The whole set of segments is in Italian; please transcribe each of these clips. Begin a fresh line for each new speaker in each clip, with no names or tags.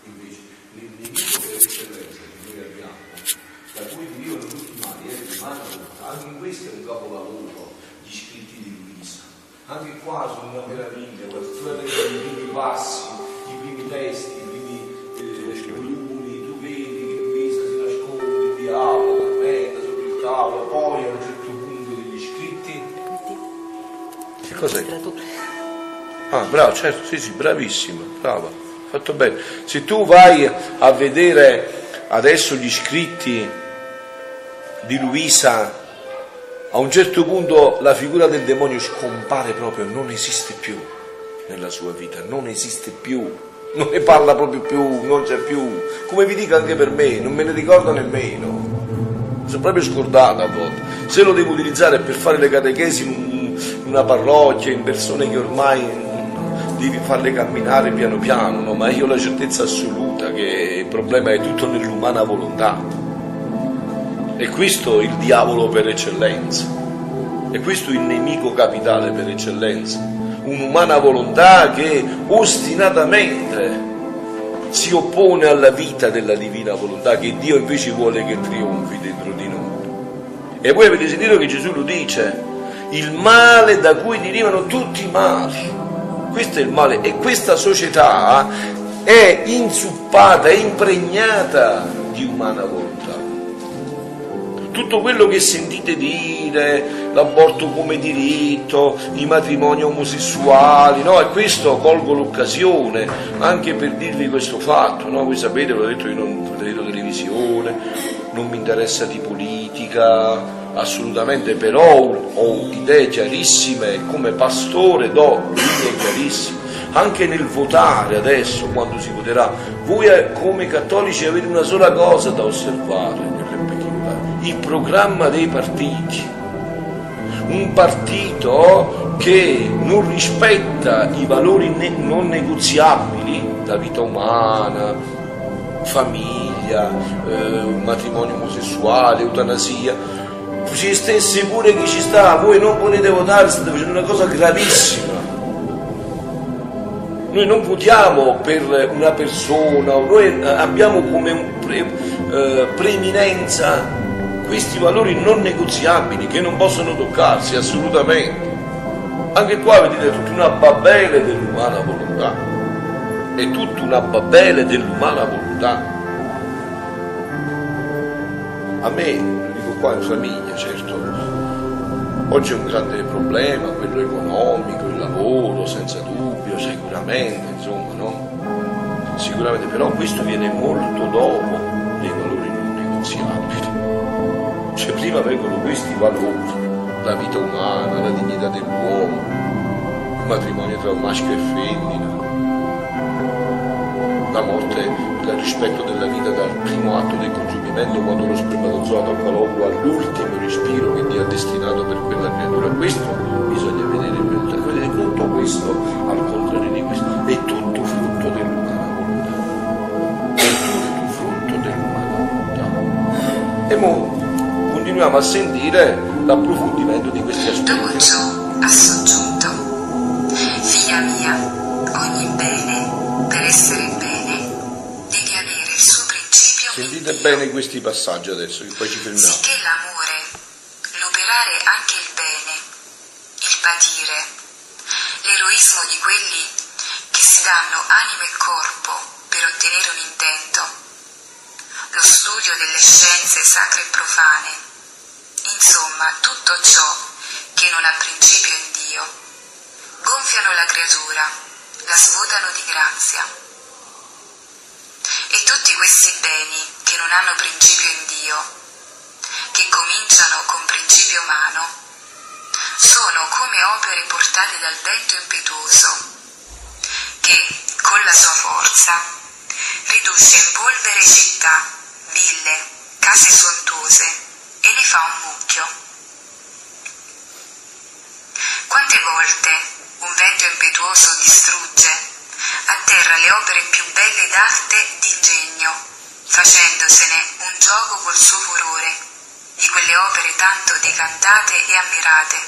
Invece il nemico per eccellenza che noi abbiamo, da cui derivano tutti i mali, è l'umana volontà. Anche in questo è un capolavoro, gli scritti di Luisa. Anche qua sono una meraviglia, quando tu leggi i primi passi, i primi testi, i primi volumi, tu vedi che Luisa si nasconde, il diavolo, tormenta sotto il tavolo, poi a un certo punto degli scritti. Che cos'è? Ah, bravo, certo, sì, bravissima, brava, fatto bene. Se tu vai a vedere adesso gli scritti di Luisa, a un certo punto la figura del demonio scompare proprio, non esiste più nella sua vita, non esiste più, non ne parla proprio più, non c'è più. Come vi dico anche per me, non me ne ricordo nemmeno, mi sono proprio scordato a volte. Se lo devo utilizzare per fare le catechesi in una parrocchia, in persone che ormai devi farle camminare piano piano, no? Ma io ho la certezza assoluta che il problema è tutto nell'umana volontà. E questo il diavolo per eccellenza, e questo il nemico capitale per eccellenza, un'umana volontà che ostinatamente si oppone alla vita della divina volontà, che Dio invece vuole che trionfi dentro di noi. E voi avete sentito che Gesù lo dice, il male da cui derivano tutti i mali, questo è il male, e questa società è inzuppata, è impregnata di umana volontà. Tutto quello che sentite dire, l'aborto come diritto, i matrimoni omosessuali, no? E questo colgo l'occasione anche per dirvi questo fatto, no? Voi sapete, ve l'ho detto, io non vedo televisione, non mi interessa di politica, assolutamente, però ho idee chiarissime, come pastore do linee chiarissime, anche nel votare adesso, quando si voterà. Voi come cattolici avete una sola cosa da osservare, il programma dei partiti. Un partito che non rispetta i valori non negoziabili, la vita umana, famiglia, matrimonio omosessuale, eutanasia, ci stesse pure chi ci sta, voi non potete votare, state facendo una cosa gravissima. Noi non votiamo per una persona, noi abbiamo come preeminenza questi valori non negoziabili che non possono toccarsi assolutamente. Anche qua vedete tutta una Babele dell'umana volontà, è tutta una Babele dell'umana volontà. A me, lo dico qua in famiglia, certo, oggi è un grande problema, quello economico, il lavoro, senza dubbio, sicuramente, insomma, no? Sicuramente, però questo viene molto dopo dei valori non negoziabili. Cioè prima vengono questi valori, la vita umana, la dignità dell'uomo, il matrimonio tra un maschio e femmina, la morte, il rispetto della vita dal primo atto del concepimento, quando lo spermatozooide al falloppio all'ultimo respiro che Dio ha destinato per quella creatura. Questo bisogna vedere in verità. Vedete, tutto questo, al contrario di questo, è tutto frutto dell'umana volontà. È tutto frutto dell'umana volontà. E mo continuiamo a sentire l'approfondimento di questi aspetti.
Dopo ciò ha soggiunto: figlia mia, ogni bene, per essere bene, deve avere il suo principio.
Sentite bene questi passaggi adesso, che poi ci fermiamo.
Sicché l'amore, l'operare anche il bene, il patire, l'eroismo di quelli che si danno anima e corpo per ottenere un intento, lo studio delle scienze sacre e profane, insomma tutto ciò che non ha principio in Dio, gonfiano la creatura, la svuotano di grazia. E tutti questi beni che non hanno principio in Dio, che cominciano con principio umano, sono come opere portate dal vento impetuoso, che, con la sua forza, riduce in polvere città, ville, case sontuose e ne fa un mucchio. Quante volte un vento impetuoso distrugge a terra le opere più belle d'arte e d'ingegno, facendosene un gioco col suo furore, di quelle opere tanto decantate e ammirate.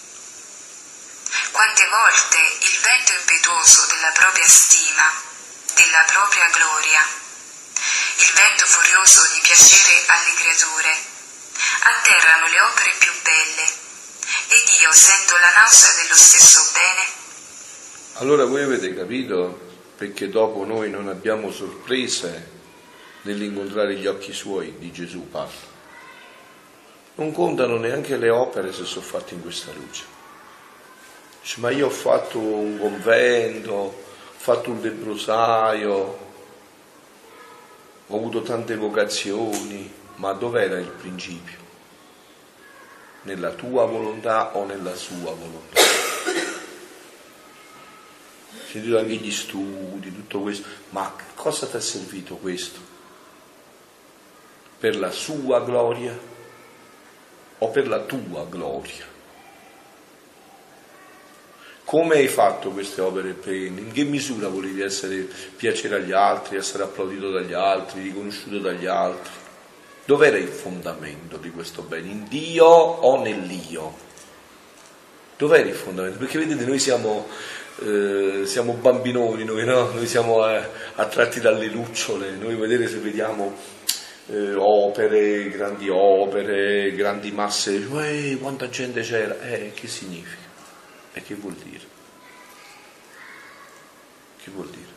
Quante volte il vento impetuoso della propria stima della propria gloria. Il vento furioso di piacere alle creature. Atterrano le opere più belle, ed io sento la nausea dello stesso bene.
Allora voi avete capito perché dopo noi non abbiamo sorprese nell'incontrare gli occhi suoi, di Gesù parlo. Non contano neanche le opere se sono fatte in questa luce. Dice, ma io ho fatto un convento, ho fatto un lebbrosaio, ho avuto tante vocazioni, ma dov'era il principio? Nella tua volontà o nella sua volontà? Ho sentito anche gli studi, tutto questo, ma cosa ti è servito questo? Per la sua gloria o per la tua gloria? Come hai fatto queste opere bene? In che misura volevi piacere agli altri, essere applaudito dagli altri, riconosciuto dagli altri? Dov'era il fondamento di questo bene? In Dio o nell'io? Dov'era il fondamento? Perché vedete, noi siamo bambinoni, noi, no? Noi siamo attratti dalle lucciole, noi vedete, se vediamo opere, grandi masse, quanta gente c'era, che significa? E che vuol dire? Che vuol dire?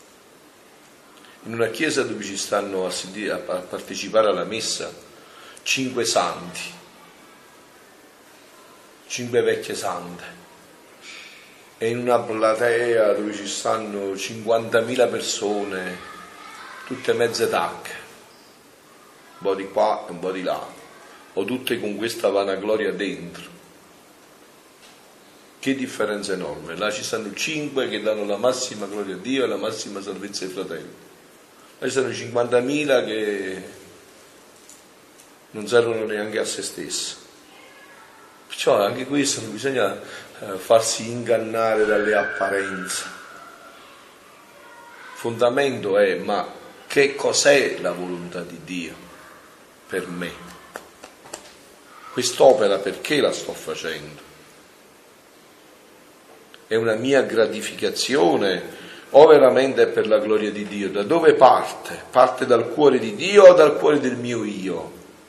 In una chiesa dove ci stanno a partecipare alla messa 5 santi, 5 vecchie sante, e in una platea dove ci stanno 50.000 persone, tutte mezze tacche, un po' di qua e un po' di là, o tutte con questa vanagloria dentro. Che differenza enorme. Là ci stanno 5 che danno la massima gloria a Dio e la massima salvezza ai fratelli. Là ci stanno 50.000 che non servono neanche a se stessi. Perciò anche questo non bisogna farsi ingannare dalle apparenze. Il fondamento è: ma che cos'è la volontà di Dio per me? Quest'opera perché la sto facendo? È una mia gratificazione o veramente è per la gloria di Dio? Da dove parte? Parte dal cuore di Dio o dal cuore del mio io?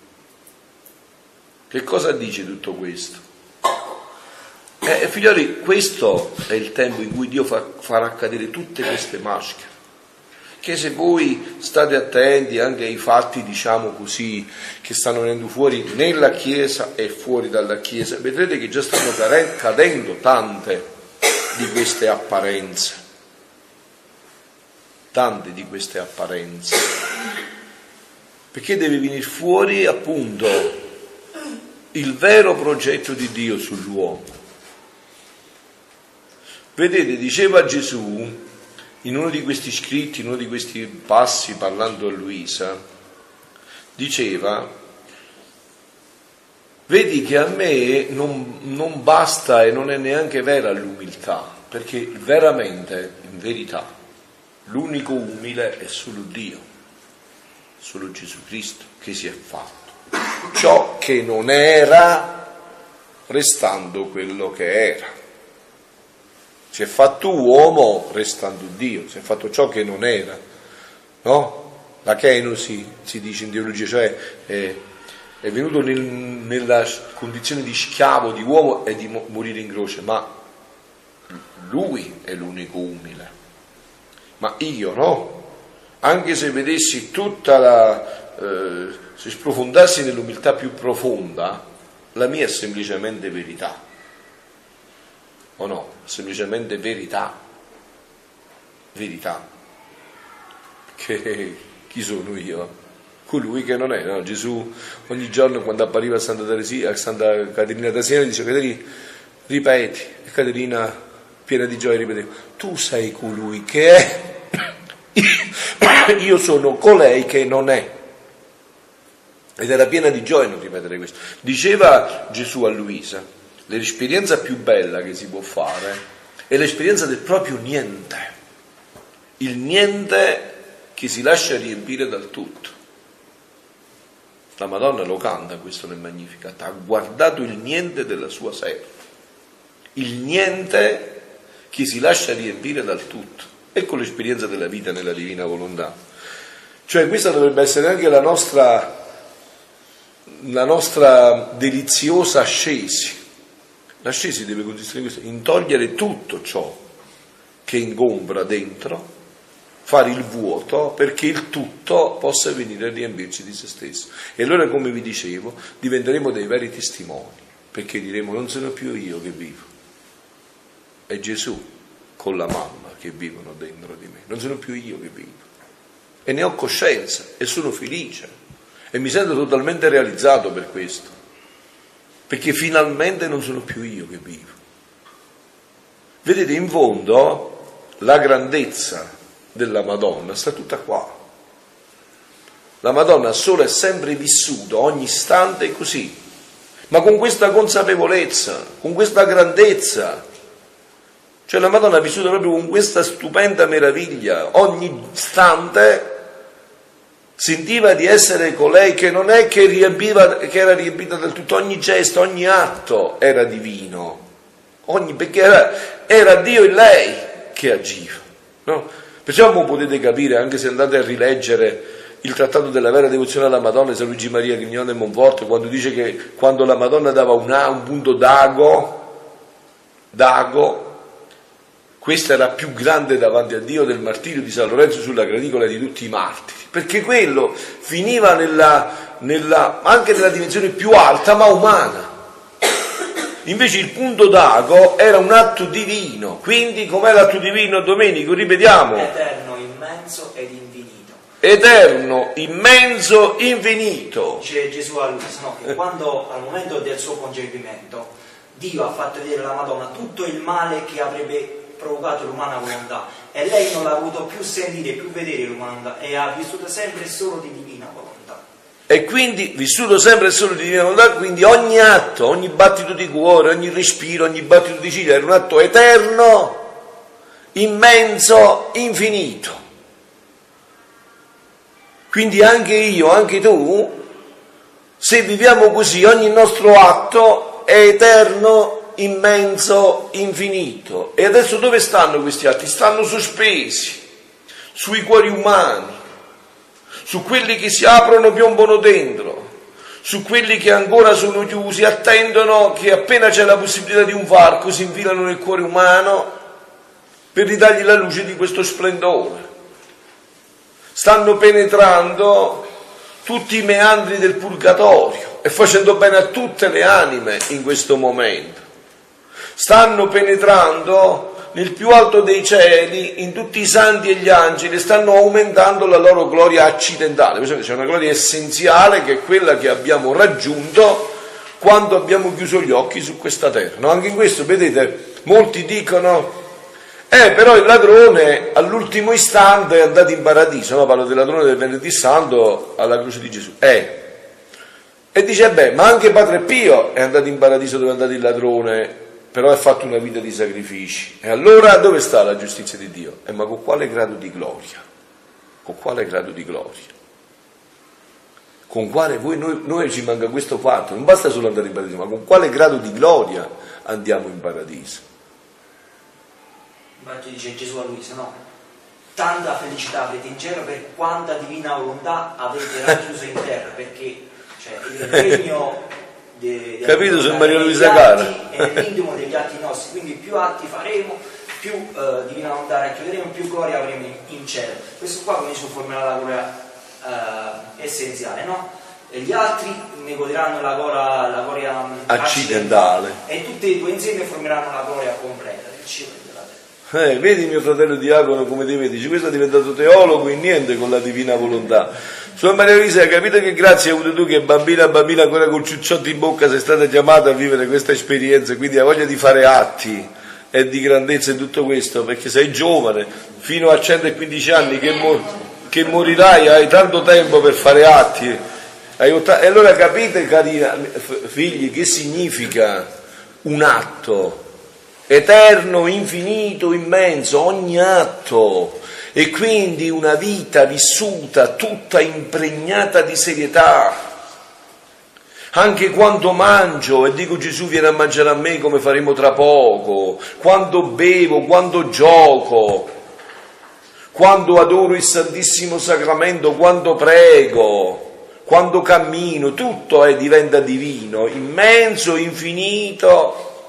Che cosa dice tutto questo? Figlioli, questo è il tempo in cui Dio farà cadere tutte queste maschere, che se voi state attenti anche ai fatti, diciamo così, che stanno venendo fuori nella Chiesa e fuori dalla Chiesa, vedrete che già stanno cadendo tante di queste apparenze, perché deve venire fuori appunto il vero progetto di Dio sull'uomo. Vedete, diceva Gesù in uno di questi scritti, in uno di questi passi, parlando a Luisa, diceva: vedi che a me non basta e non è neanche vera l'umiltà, perché veramente, in verità, l'unico umile è solo Dio, solo Gesù Cristo, che si è fatto ciò che non era, restando quello che era. Si è fatto uomo restando Dio, si è fatto ciò che non era, no? La kenosi si dice in teologia, cioè è venuto nella condizione di schiavo, di uomo, e di morire in croce, ma lui è l'unico umile. Ma io no, anche se vedessi se sprofondassi nell'umiltà più profonda, la mia è semplicemente verità, o no? Semplicemente verità. Che chi sono io? Colui che non è, no? Gesù ogni giorno quando appariva a Santa Caterina da Siena dice: Caterina, ripeti, e Caterina piena di gioia ripeteva: tu sei colui che è, io sono colei che non è. Ed era piena di gioia non ripetere questo. Diceva Gesù a Luisa: l'esperienza più bella che si può fare è l'esperienza del proprio niente, il niente che si lascia riempire dal tutto. La Madonna lo canta questo nel Magnificat: ha guardato il niente della sua serva, il niente che si lascia riempire dal tutto. Ecco l'esperienza della vita nella divina volontà. Cioè questa dovrebbe essere anche la nostra deliziosa ascesi. L'ascesi deve consistere in questo, in togliere tutto ciò che ingombra dentro, fare il vuoto perché il tutto possa venire a riempirci di se stesso. E allora, come vi dicevo, diventeremo dei veri testimoni, perché diremo: non sono più io che vivo, è Gesù con la mamma che vivono dentro di me, non sono più io che vivo. E ne ho coscienza e sono felice e mi sento totalmente realizzato per questo, perché finalmente non sono più io che vivo. Vedete, in fondo la grandezza della Madonna sta tutta qua. La Madonna sola è sempre vissuta ogni istante così, ma con questa consapevolezza, con questa grandezza. Cioè la Madonna ha vissuto proprio con questa stupenda meraviglia, ogni istante sentiva di essere colei che non è che era riempita del tutto, ogni gesto, ogni atto era divino, perché era Dio in lei che agiva, no? Perciò potete capire, anche se andate a rileggere il trattato della vera devozione alla Madonna di San Luigi Maria Grignone e Monforte, quando dice che quando la Madonna dava un punto d'ago, questa era più grande davanti a Dio del martirio di San Lorenzo sulla graticola di tutti i martiri, perché quello finiva anche nella dimensione più alta ma umana. Invece il punto d'ago era un atto divino. Quindi com'è l'atto divino, Domenico? Ripetiamo:
eterno, immenso ed infinito.
Eterno, immenso, infinito.
Dice Gesù a Luisa, no? Che quando al momento del suo concepimento Dio ha fatto vedere alla Madonna tutto il male che avrebbe provocato l'umana volontà, e lei non l'ha avuto più sentire, più vedere l'umana volontà, e ha vissuto sempre solo di divina volontà.
E quindi, vissuto sempre solo di divina volontà, quindi ogni atto, ogni battito di cuore, ogni respiro, ogni battito di ciglia era un atto eterno, immenso, infinito. Quindi anche io, anche tu, se viviamo così, ogni nostro atto è eterno, immenso, infinito. E adesso dove stanno questi atti? Stanno sospesi sui cuori umani, su quelli che si aprono, piombono dentro, su quelli che ancora sono chiusi, attendono che appena c'è la possibilità di un varco si infilano nel cuore umano per ridargli la luce di questo splendore. Stanno penetrando tutti i meandri del purgatorio e facendo bene a tutte le anime in questo momento. Stanno penetrando nel più alto dei cieli, in tutti i santi e gli angeli, stanno aumentando la loro gloria accidentale. C'è una gloria essenziale che è quella che abbiamo raggiunto quando abbiamo chiuso gli occhi su questa terra. No? Anche in questo, vedete, molti dicono: però il ladrone all'ultimo istante è andato in paradiso. No? Parlo del ladrone del venerdì santo alla croce di Gesù. E dice: ma anche Padre Pio è andato in paradiso dove è andato il ladrone, però ha fatto una vita di sacrifici. E allora dove sta la giustizia di Dio? Ma con quale grado di gloria? Con quale grado di gloria? Con quale noi ci manca questo fatto, non basta solo andare in paradiso, ma con quale grado di gloria andiamo in paradiso?
Infatti dice Gesù a Luisa, no? Tanta felicità avete in cielo per quanta divina volontà avete racchiuso in terra, perché il regno
capito, su Maria Luisa Cara
è l'intimo degli atti nostri, quindi più atti faremo, più divina volontà racchiuderemo, più gloria avremo in cielo. Questo qua come si formerà la gloria essenziale, no? E gli altri ne godranno la gloria accidentale, e tutti e due insieme formeranno la gloria completa del cielo e della terra.
Vedi mio fratello Diacono come ti vedi, questo è diventato teologo in niente con la divina volontà. Suor Maria Luisa, hai capito che grazie hai avuto tu che bambina ancora col ciucciotto in bocca sei stata chiamata a vivere questa esperienza, quindi hai voglia di fare atti e di grandezza in tutto questo, perché sei giovane, fino a 115 anni che morirai, hai tanto tempo per fare atti. E allora capite, cari figli, che significa un atto eterno, infinito, immenso, ogni atto. E quindi una vita vissuta tutta impregnata di serietà. Anche quando mangio e dico Gesù viene a mangiare a me come faremo tra poco, quando bevo, quando gioco, quando adoro il Santissimo Sacramento, quando prego, quando cammino, tutto diventa divino, immenso, infinito,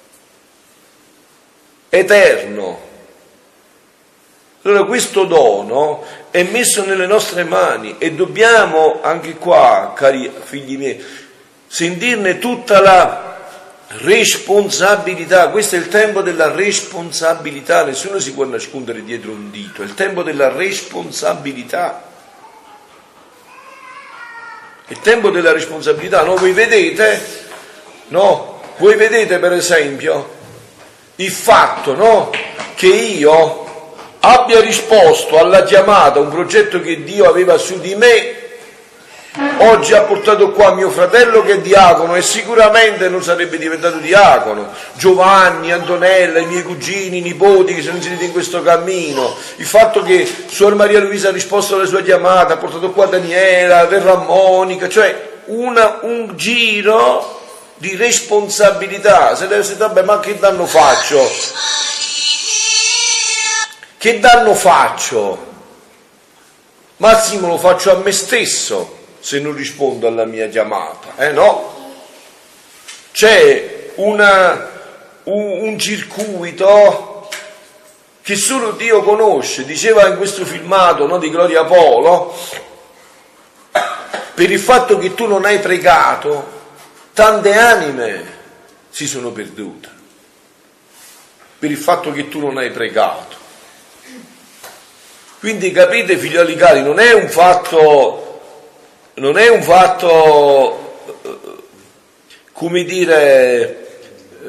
eterno. Allora questo dono è messo nelle nostre mani e dobbiamo anche qua, cari figli miei, sentirne tutta la responsabilità. Questo è il tempo della responsabilità, nessuno si può nascondere dietro un dito, è il tempo della responsabilità. Il tempo della responsabilità, no? Voi vedete per esempio il fatto, no? Che io abbia risposto alla chiamata, un progetto che Dio aveva su di me. Oggi ha portato qua mio fratello che è diacono e sicuramente non sarebbe diventato diacono, Giovanni, Antonella, i miei cugini, i nipoti che sono inseriti in questo cammino, il fatto che Suor Maria Luisa ha risposto alla sua chiamata, ha portato qua Daniela, verrà Monica, cioè un giro di responsabilità. Se deve essere, vabbè, ma che danno faccio? Che danno faccio? Massimo lo faccio a me stesso se non rispondo alla mia chiamata, no? C'è un circuito che solo Dio conosce. Diceva in questo filmato, no, di Gloria Polo, per il fatto che tu non hai pregato, tante anime si sono perdute, per il fatto che tu non hai pregato. Quindi capite, figlioli cari, non è un fatto come dire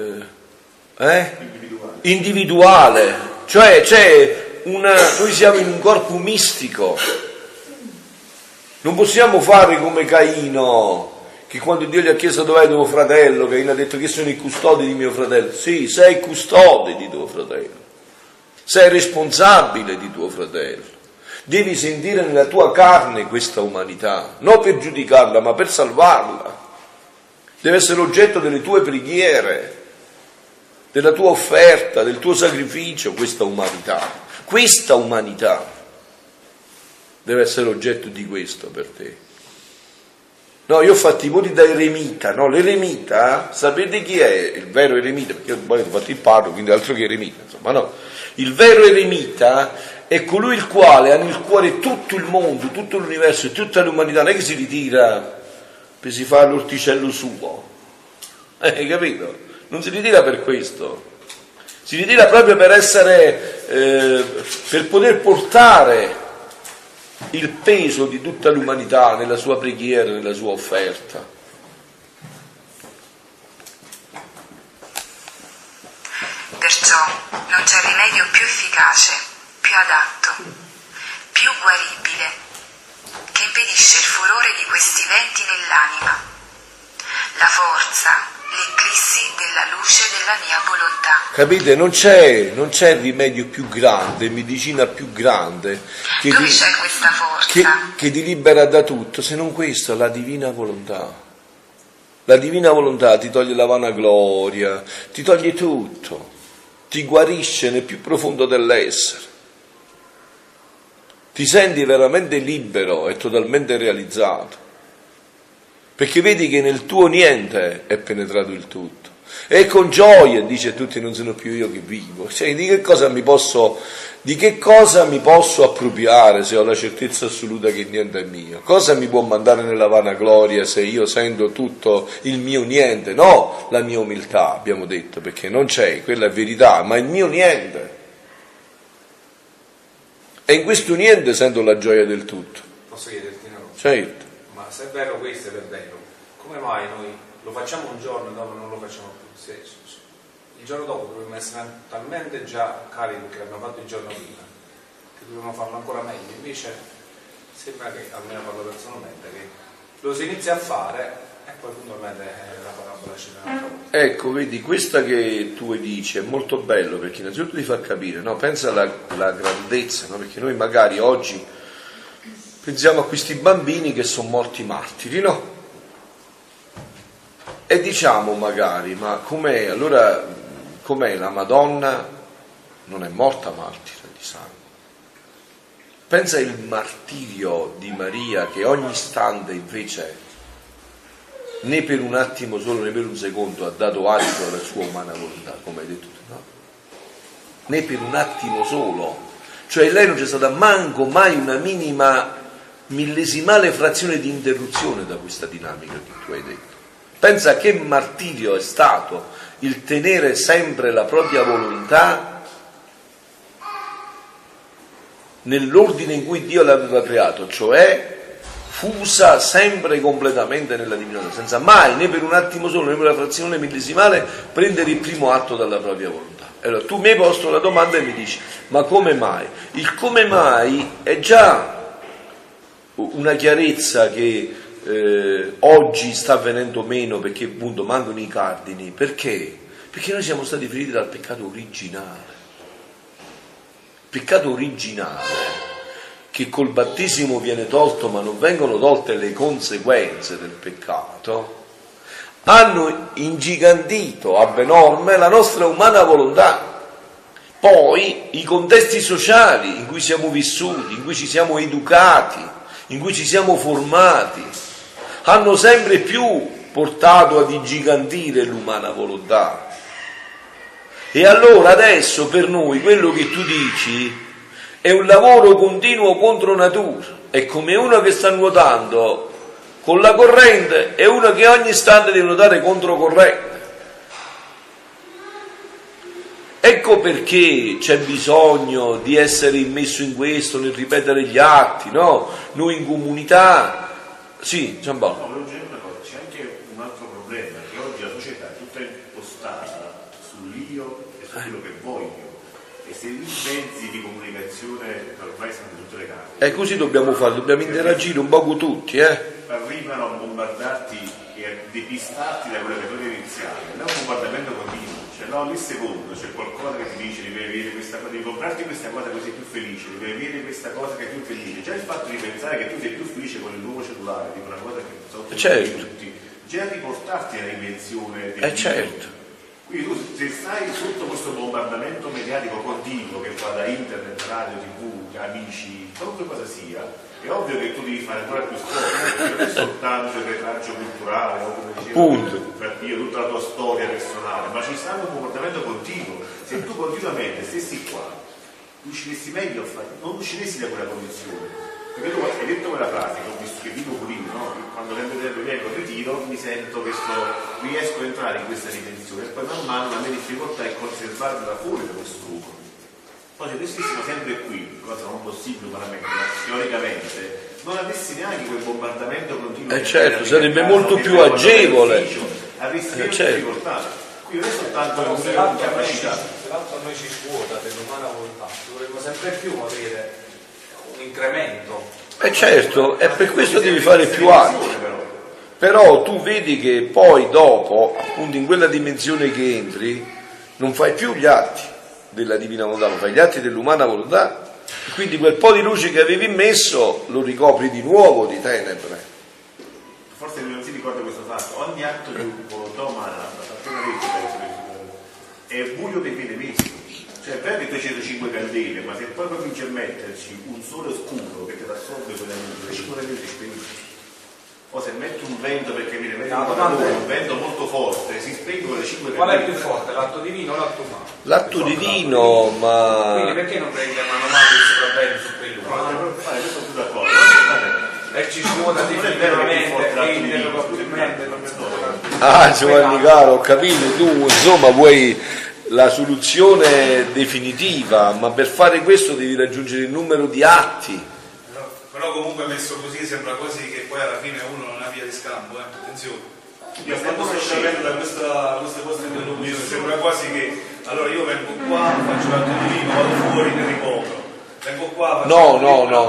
individuale, cioè noi siamo in un corpo mistico, non possiamo fare come Caino, che quando Dio gli ha chiesto dov'è tuo fratello, Caino ha detto che sono i custodi di mio fratello. Sì, sei custode di tuo fratello, sei responsabile di tuo fratello. Devi sentire nella tua carne questa umanità, non per giudicarla, ma per salvarla. Deve essere oggetto delle tue preghiere, della tua offerta, del tuo sacrificio, questa umanità. Questa umanità deve essere oggetto di questo per te. No, io ho fatto i voti da eremita, no? L'eremita, sapete chi è il vero eremita? Perché io ho fatto il padre, quindi altro che eremita, insomma, no. Il vero eremita è colui il quale ha nel cuore tutto il mondo, tutto l'universo e tutta l'umanità, non è che si ritira per si fare l'orticello suo, hai capito? Non si ritira per questo, si ritira proprio per essere, per poter portare il peso di tutta l'umanità nella sua preghiera, nella sua offerta.
Perciò non c'è rimedio più efficace, più adatto, più guaribile, che impedisce il furore di questi venti nell'anima, la forza, l'eclissi della luce della mia volontà.
Capite? Non c'è rimedio più grande, medicina più grande che
dove c'è questa forza?
Che ti libera da tutto, se non questo, la divina volontà. La divina volontà ti toglie la vanagloria, ti toglie tutto, ti guarisce nel più profondo dell'essere. Ti senti veramente libero e totalmente realizzato, perché vedi che nel tuo niente è penetrato il tutto. E con gioia dice a tutti: non sono più io che vivo. Cioè, di che cosa mi posso appropriare se ho la certezza assoluta che niente è mio? Cosa mi può mandare nella vanagloria se io sento tutto il mio niente? No, la mia umiltà, abbiamo detto, perché non c'è, quella è verità, ma il mio niente. E in questo niente sento la gioia del tutto.
Posso chiederti una cosa?
Certo.
Ma se è vero questo è per vero, come mai noi lo facciamo un giorno e dopo non lo facciamo più? Il giorno dopo dobbiamo essere talmente già carichi perché l'abbiamo fatto il giorno prima, che dobbiamo farlo ancora meglio. Invece sembra che, almeno parlo personalmente, che lo si inizia a fare e poi puntualmente la parabola ci dà un'altra volta.
Ecco, vedi, questa che tu dici è molto bello, perché innanzitutto ti fa capire, no? Pensa alla grandezza, no? Perché noi magari oggi pensiamo a questi bambini che sono morti martiri, no? E diciamo magari, ma com'è la Madonna? Non è morta martira di sangue. Pensa il martirio di Maria che ogni istante invece né per un attimo solo né per un secondo ha dato adito alla sua umana volontà, come hai detto tu, no? Né per un attimo solo. Cioè lei non c'è stata manco mai una minima millesimale frazione di interruzione da questa dinamica che tu hai detto. Pensa che martirio è stato il tenere sempre la propria volontà nell'ordine in cui Dio l'aveva creato, cioè fusa sempre completamente nella divinità, senza mai né per un attimo solo né per una frazione millesimale prendere il primo atto dalla propria volontà. Allora tu mi hai posto la domanda e mi dici: ma come mai? Il come mai è già una chiarezza che oggi sta venendo meno, perché appunto mancano i cardini. Perché? Perché noi siamo stati feriti dal peccato originale. Peccato originale che col battesimo viene tolto, ma non vengono tolte le conseguenze del peccato, hanno ingigantito ab enorme la nostra umana volontà. Poi i contesti sociali in cui siamo vissuti, in cui ci siamo educati, in cui ci siamo formati, hanno sempre più portato ad ingigantire l'umana volontà. E allora adesso per noi quello che tu dici è un lavoro continuo contro natura, è come uno che sta nuotando con la corrente e uno che ogni istante deve nuotare controcorrente. Ecco perché c'è bisogno di essere immesso in questo, nel ripetere gli atti, no? Noi in comunità. Sì, Giampaolo.
No, c'è anche un altro problema, che oggi la società è tutta impostata sull'io e su quello che voglio, e se i mezzi di comunicazione ormai sono in tutte le case.
E così dobbiamo fare, dobbiamo interagire un po' con tutti,
arrivano a bombardarti e a depistarti da quella che tu devi iniziare. Non è un bombardamento continuo, cioè no, lì secondo c'è qualcosa che ti dice devi avere questa cosa, devi comprarti questa cosa così più felice, devi avere questa cosa che è più felice. Già il fatto di pensare che tu sei più felice con il nuovo cellulare, di una cosa che so tutti, già riportarti alla dimensione del
certo.
Quindi tu se stai sotto questo bombardamento mediatico continuo che va da internet, radio, tv, amici, qualunque cosa sia, è ovvio che tu devi fare ancora più sforzo, perché non è soltanto il retaggio culturale, o come dicevo, per dire tutta la tua storia personale, ma ci sta un comportamento continuo. Se tu continuamente stessi qua, usciresti meglio, non usciresti da quella condizione. Perché tu hai detto quella frase che dico pure io, no? Quando vengo al ritiro mi sento che riesco a entrare in questa dimensione e poi man mano la mia difficoltà è conservarla fuori da questo gruppo. Poi se noi stessimo sempre qui, cosa non possibile umanamente, ma teoricamente, non avessi neanche quel bombardamento continuo.
Certo, sarebbe molto più agevole.
Avresti meno difficoltà. Quindi non è soltanto una capacità.
Se l'altro a noi ci scuota dell'umana volontà, dovremmo sempre più avere un incremento.
Certo, e per questo devi fare più atti. Però tu vedi che poi dopo, appunto in quella dimensione che entri, non fai più gli atti della divina volontà, ma fai gli atti dell'umana volontà, e quindi quel po' di luce che avevi messo lo ricopri di nuovo di tenebre.
Forse non si ricorda questo fatto, ogni atto di volontà umana, appena detto, è buio che viene messo. Cioè è vero che tu hai 105 candele, ma se poi cominci a metterci un sole oscuro che ti assorbe quella luce, le 5 candele ti spegni. O se metti un vento perché viene un vento molto forte, si spengono le 5 candele.
Qual è più forte, l'atto divino o l'atto umano?
L'atto divino, ma...
Quindi perché non prende mano a mano il sopravvento su quello?
No, io sono più d'accordo.
E ci scuota definitivamente e inerogabilmente.
Giovanni caro, ho capito, tu insomma vuoi la soluzione definitiva, ma per fare questo devi raggiungere il numero di atti.
Però comunque messo così sembra quasi che poi alla fine uno non ha via di scampo, attenzione. Io quando sto uscendo da queste vostre interlocuzioni sembra quasi che allora io vengo qua, faccio l'atto divino, vado fuori, ne ricopro. Vengo qua, faccio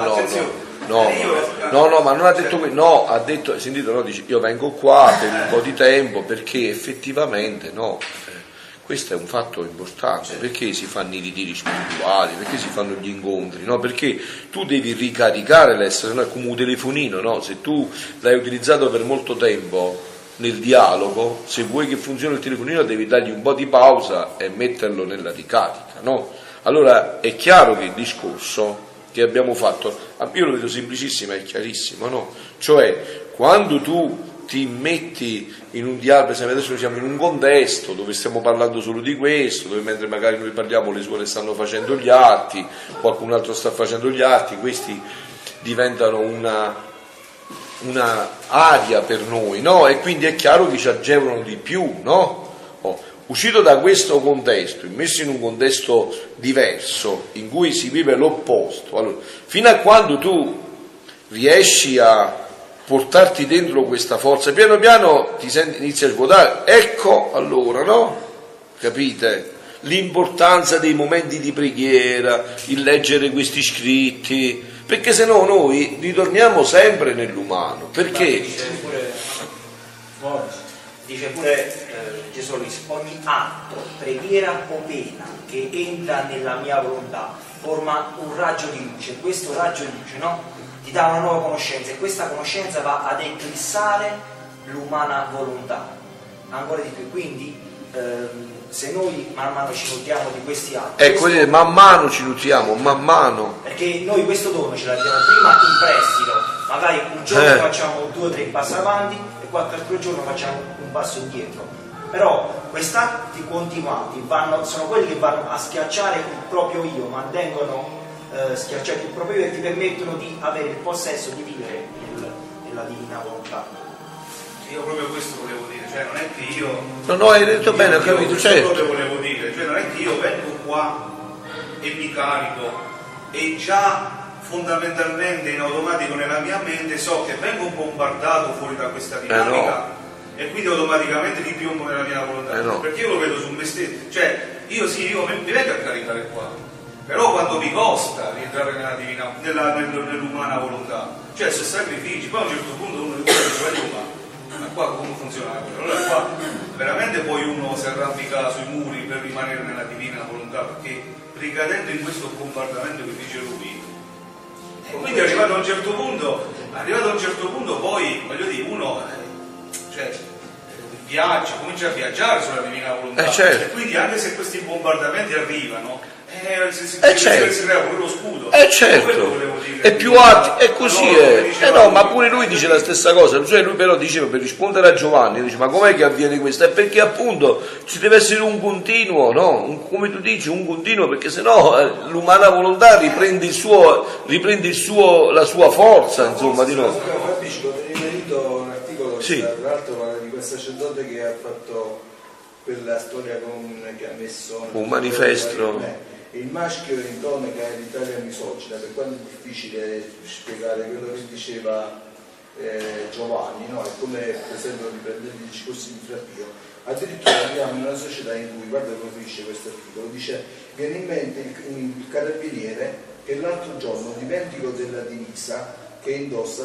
No, ma non ha detto questo, no, ha detto, hai sentito, no, dice io vengo qua per un po' di tempo perché effettivamente no. Questo è un fatto importante, perché si fanno i ritiri spirituali, perché si fanno gli incontri, no? Perché tu devi ricaricare l'essere, no? È come un telefonino, no? Se tu l'hai utilizzato per molto tempo nel dialogo, se vuoi che funzioni il telefonino devi dargli un po' di pausa e metterlo nella ricarica, no? Allora è chiaro che il discorso che abbiamo fatto, io lo vedo semplicissimo, è chiarissimo, no? Cioè, quando tu ti metti in un dialogo, per esempio adesso noi siamo in un contesto dove stiamo parlando solo di questo, dove mentre magari noi parliamo le suore stanno facendo gli atti, qualcun altro sta facendo gli atti, questi diventano una aria per noi, no? E quindi è chiaro che ci agevolano di più, no? Uscito da questo contesto, messo in un contesto diverso, in cui si vive l'opposto, allora, fino a quando tu riesci a portarti dentro questa forza, piano piano ti senti, inizi a svuotare, ecco allora, no? Capite? L'importanza dei momenti di preghiera, il leggere questi scritti, perché se no noi ritorniamo sempre nell'umano, perché?
Dice pure Gesù Luis, ogni atto, preghiera o pena che entra nella mia volontà forma un raggio di luce, questo raggio di luce, no? Ti dà una nuova conoscenza e questa conoscenza va ad eclissare l'umana volontà ancora di più, quindi se noi man mano ci nutriamo di questi atti,
ecco, man mano ci nutriamo, man mano,
perché noi questo dono ce l'abbiamo prima in prestito, magari un giorno facciamo 2 o 3 passi avanti e qualche altro giorno facciamo un passo indietro, però quest'atti continuati sono quelli che vanno a schiacciare il proprio io, mantengono schiacciati il proprio io e ti permettono di avere il possesso di vivere nella divina volontà.
Io proprio questo volevo dire, cioè non è che io...
No, hai detto bene, ho capito, certo.
Proprio volevo dire, cioè non è che io vengo qua e mi carico e già fondamentalmente in automatico nella mia mente so che vengo bombardato fuori da questa dinamica e quindi automaticamente mi piombo nella mia volontà, perché io lo vedo su me stesso, cioè io mi vengo a caricare qua, però quando mi costa rientrare nell'umana volontà, cioè se sacrifici, poi a un certo punto uno dice ma qua come funziona? Allora qua veramente poi uno si arrampica sui muri per rimanere nella divina volontà, perché ricadendo in questo bombardamento che dice lui, quindi arrivato a un certo punto poi voglio dire uno viaggia, comincia a viaggiare sulla divina volontà,
certo.
E quindi anche se questi bombardamenti arrivano si crea pure lo scudo,
certo, è più atti, è così, ma pure lui dice la stessa cosa, cioè lui però diceva, per rispondere a Giovanni, dice, ma com'è che avviene questo? È perché appunto ci deve essere un continuo, no? Come tu dici, un continuo, perché sennò l'umana volontà riprende la sua forza, insomma, di no.
Fabrizio, ho riferito un articolo che tra l'altro parla di quel sacerdote che ha fatto quella storia che ha messo
un manifesto.
Il maschio intonica l'Italia misogina, per quanto è difficile spiegare quello che diceva Giovanni, no? È come per esempio riprendere i discorsi di Frappio. Addirittura viviamo in una società in cui, guarda come finisce questo articolo, dice, viene in mente il carabiniere che l'altro giorno, dimentico della divisa che indossa,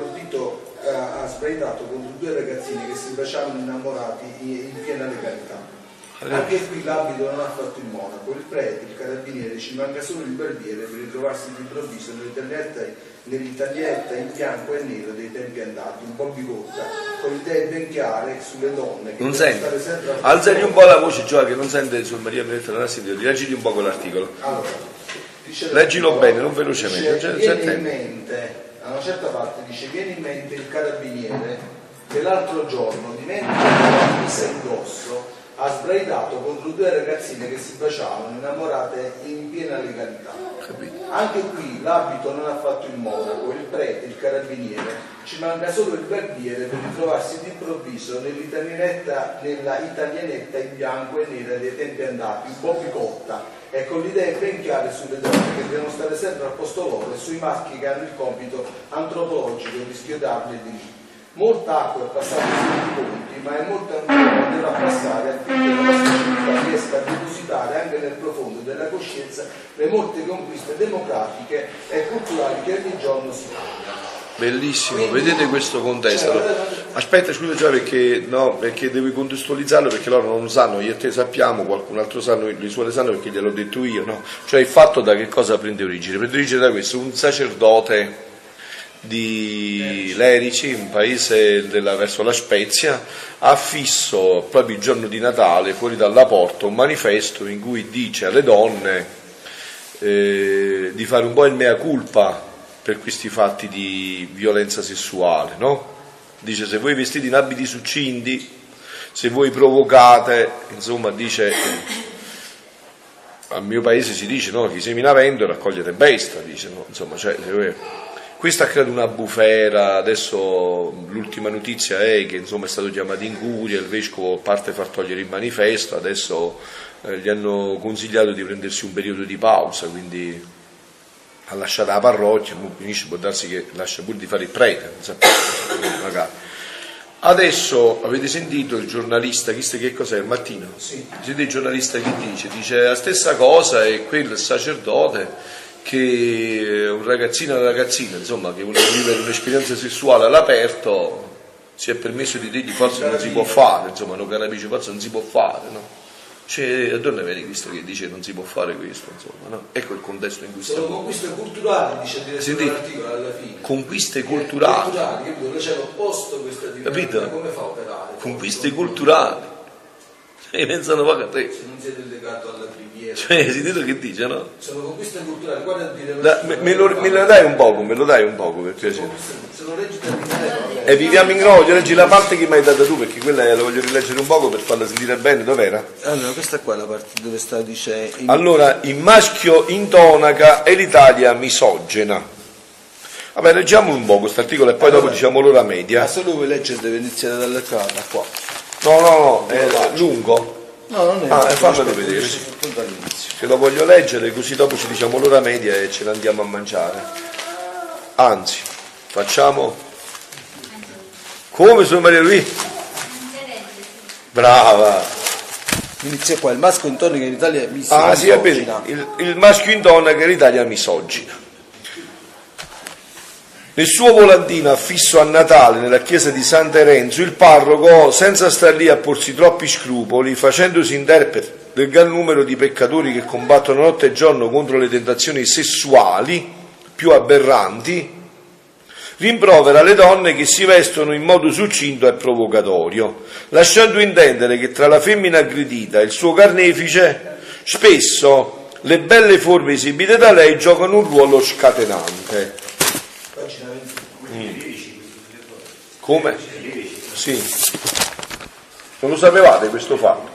ha sbraitato contro 2 ragazzini che si baciavano innamorati in piena legalità. Anche qui l'abito non ha fatto il monaco, il prete, il carabiniere, ci manca solo il barbiere per ritrovarsi d'improvviso nell'italietta in bianco e nero dei tempi andati, un po' bigotta, con idee ben chiare sulle donne che
non sente, alzagli un po' la voce, Gioia, che non sente sul Maria Benedetta della Silvia, leggili un po' quell'articolo, allora, leggilo bene, non velocemente,
viene in mente, a una certa parte dice, viene in mente il carabiniere che l'altro giorno, dimenticato la divisa indosso, ha sbraitato contro 2 ragazzine che si baciavano, innamorate in piena legalità. Anche qui l'abito non ha fatto il monaco, il prete, il carabiniere, ci manca solo il barbiere per ritrovarsi d'improvviso nell'italianetta in bianco e nera dei tempi andati, un po' bicotta, e con le idee ben chiare sulle donne che devono stare sempre al posto loro e sui maschi che hanno il compito antropologico di schiodarli di lì. Molta acqua è passata sui ponti, ma è molta ancora dovrà passare affinché la nostra civiltà riesca a depositare anche nel profondo della coscienza le molte conquiste democratiche e culturali che ogni giorno si fanno.
Bellissimo, quindi, vedete questo contesto. Aspetta, scusa Gioia, perché devi contestualizzarlo, perché loro non sanno, io e te sappiamo, qualcun altro sanno, le suore sanno perché gliel'ho detto io, no? Cioè il fatto da che cosa prende origine? Prende origine da questo, un sacerdote di Lerici, un paese verso la Spezia, ha fisso proprio il giorno di Natale fuori dalla porta un manifesto in cui dice alle donne
di fare un po' il mea culpa per questi fatti di violenza sessuale, no? Dice: se voi vestite in abiti succinti, se voi provocate, insomma, dice, al mio paese si dice, no, chi semina vento raccoglie tempesta, dice, no? Insomma, cioè, questo ha creato una bufera. Adesso l'ultima notizia è che, insomma, è stato chiamato in curia, il vescovo parte a far togliere il manifesto, adesso gli hanno consigliato di prendersi un periodo di pausa, quindi ha lasciato la parrocchia, finisce, può darsi che lascia pure di fare il prete, non sapete, magari. Adesso avete sentito il giornalista, chissà che cos'è, il mattino? Sì. Sentite il giornalista che dice la stessa cosa, e quel sacerdote che un ragazzino e una ragazzina, insomma, che vuole vivere un'esperienza sessuale all'aperto, si è permesso di dirgli forse non si può fare, insomma, non capisce, forse non si può fare, no? C'è la donna vedi Cristo che dice non si può fare questo, insomma, no? Ecco il contesto in cui stiamo.
Sono conquiste culturali, dice l'articolo alla fine.
Conquiste culturali.
Capito? C'è l'opposto questa divinità, come fa a operare? Conquiste
culturali. Pensano poco a te.
Se non siete legato alla preghiera.
Cioè, sentite che dice, no?
Sono conquiste culturali, guarda a dire.
Me lo dai un poco per piacere.
Se lo leggi da
e viviamo in Grodio, leggi la parte che mi hai data tu, perché quella la voglio rileggere un poco per farla sentire bene. Dov'era?
Allora, questa qua è la parte dove sta, dice.
Allora, il maschio intonaca e l'Italia misogena. Vabbè, leggiamo un po' questo articolo e poi dopo diciamo l'ora media.
Ma se lui vuoi leggere deve iniziare dalla carta qua.
No, è lungo.
No, non è.
Fammelo vedere. Che lo voglio leggere, così dopo ci diciamo l'ora media e ce l'andiamo a mangiare. Anzi, facciamo. Come sono Maria Luisa? Brava.
Inizia qua, il maschio intonaca in Italia misogina.
Sì, è vero. Il maschio intonaca in Italia misogina. Nel suo volantino affisso a Natale nella chiesa di San Terenzo, il parroco, senza star lì a porsi troppi scrupoli, facendosi interprete del gran numero di peccatori che combattono notte e giorno contro le tentazioni sessuali più aberranti, rimprovera le donne che si vestono in modo succinto e provocatorio, lasciando intendere che tra la femmina aggredita e il suo carnefice spesso le belle forme esibite da lei giocano un ruolo scatenante. Come? Sì. Non lo sapevate questo fatto?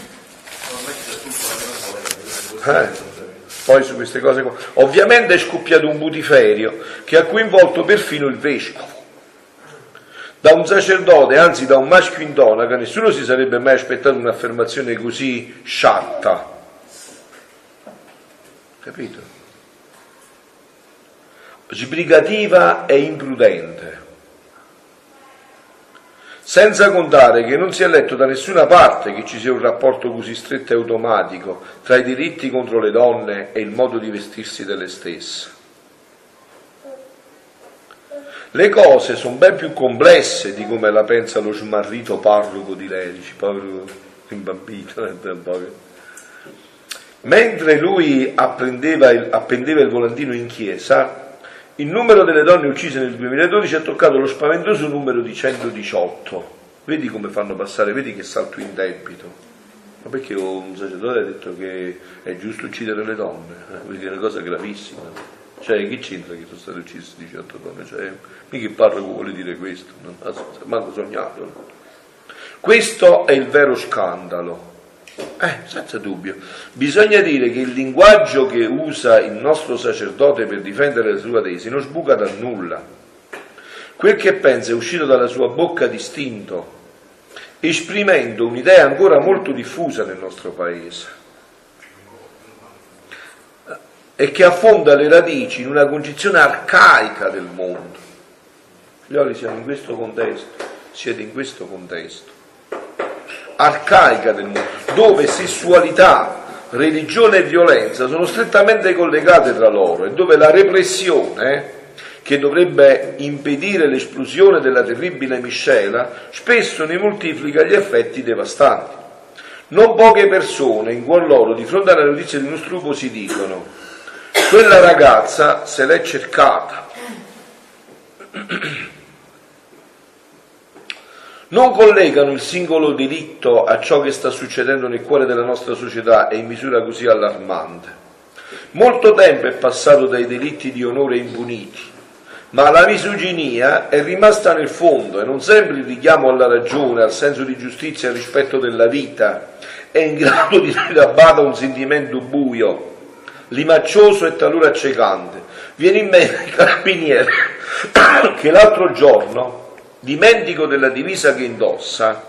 Poi su queste cose qua. Ovviamente è scoppiato un putiferio che ha coinvolto perfino il vescovo. Da un sacerdote, anzi da un maschio intonaca, nessuno si sarebbe mai aspettato un'affermazione così sciatta. Capito? Sbrigativa e imprudente. Senza contare che non si è letto da nessuna parte che ci sia un rapporto così stretto e automatico tra i diritti contro le donne e il modo di vestirsi delle stesse. Le cose sono ben più complesse di come la pensa lo smarrito parroco di Lerici, povero imbambito. Mentre lui appendeva il volantino in chiesa, il numero delle donne uccise nel 2012 ha toccato lo spaventoso numero di 118. Vedi come fanno passare, vedi che salto in debito. Ma perché un sacerdote ha detto che è giusto uccidere le donne? Perché è una cosa gravissima. Cioè, che c'entra che sono state uccise 18 donne? Cioè, mica il parroco vuole dire questo, non ha manco sognato. No? Questo è il vero scandalo. Senza dubbio. Bisogna dire che il linguaggio che usa il nostro sacerdote per difendere la sua tesi non sbuca da nulla. Quel che pensa è uscito dalla sua bocca distinto, esprimendo un'idea ancora molto diffusa nel nostro paese e che affonda le radici in una concezione arcaica del mondo. Figlioli, siamo in questo contesto, siete in questo contesto arcaica del mondo, dove sessualità, religione e violenza sono strettamente collegate tra loro e dove la repressione, che dovrebbe impedire l'esplosione della terribile miscela, spesso ne moltiplica gli effetti devastanti. Non poche persone in cuor loro, di fronte alla notizia di uno stupro, si dicono: quella ragazza se l'è cercata. Non collegano il singolo delitto a ciò che sta succedendo nel cuore della nostra società e in misura così allarmante. Molto tempo è passato dai delitti di onore impuniti, ma la misoginia è rimasta nel fondo e non sempre il richiamo alla ragione, al senso di giustizia e al rispetto della vita è in grado di tenere a bada un sentimento buio, limaccioso e talora accecante. Viene in mente il carabiniere che l'altro giorno, dimentico della divisa che indossa,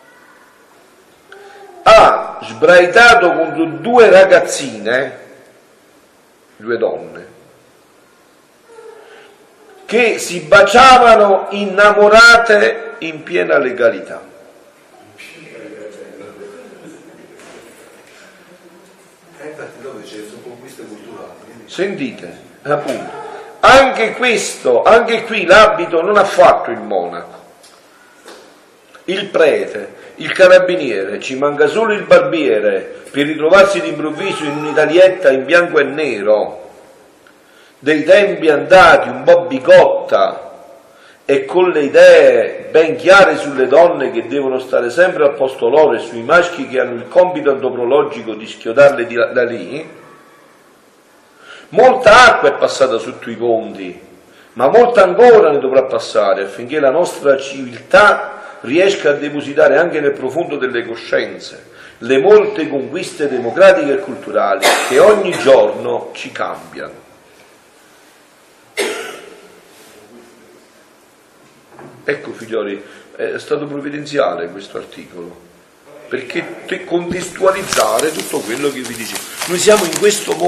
ha sbraitato contro 2 ragazzine, 2 donne, che si baciavano innamorate in piena legalità.
Infatti dove c'è sono conquiste culturali.
Sentite, appunto, anche qui l'abito non ha fatto il monaco, il prete, il carabiniere, ci manca solo il barbiere per ritrovarsi d'improvviso in un'italietta in bianco e nero dei tempi andati, un po' bigotta e con le idee ben chiare sulle donne che devono stare sempre al posto loro e sui maschi che hanno il compito antropologico di schiodarle da lì. Molta acqua è passata sotto i ponti, ma molta ancora ne dovrà passare affinché la nostra civiltà riesca a depositare anche nel profondo delle coscienze le molte conquiste democratiche e culturali che ogni giorno ci cambiano. Ecco figlioli, è stato provvidenziale questo articolo, perché contestualizzare tutto quello che vi dicevo. Noi siamo in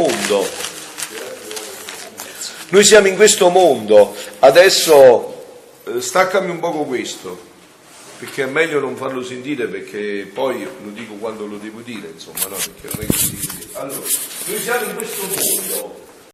questo mondo, adesso staccami un poco questo, perché è meglio non farlo sentire, perché poi lo dico quando lo devo dire, insomma, no, perché non è così. Allora, noi siamo in questo mondo